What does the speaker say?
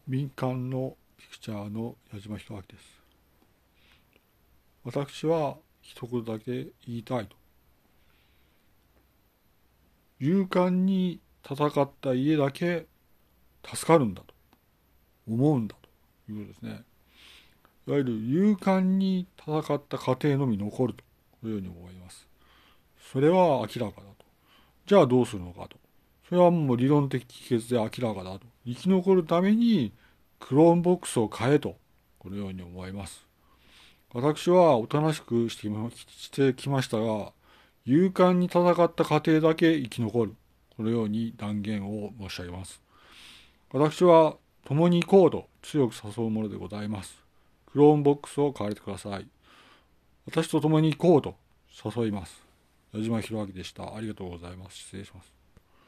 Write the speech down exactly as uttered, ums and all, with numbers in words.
民間のピクチャーの矢島弘明です。私は一言だけ言いたいと。勇敢に戦った家だけ助かるんだと思うんだということですね。いわゆる勇敢に戦った家庭のみ残ると、このように思います。それは明らかだと。じゃあどうするのかと。それはもう理論的帰結で明らかだと。生き残るためにクローンボックスを変えと、このように思います。私はおとなしくしてきましたが、勇敢に戦った家庭だけ生き残る。このように断言を申し上げます。私は共に行こうと強く誘うものでございます。クローンボックスを変えてください。私と共に行こうと誘います。矢島弘明でした。ありがとうございます。失礼します。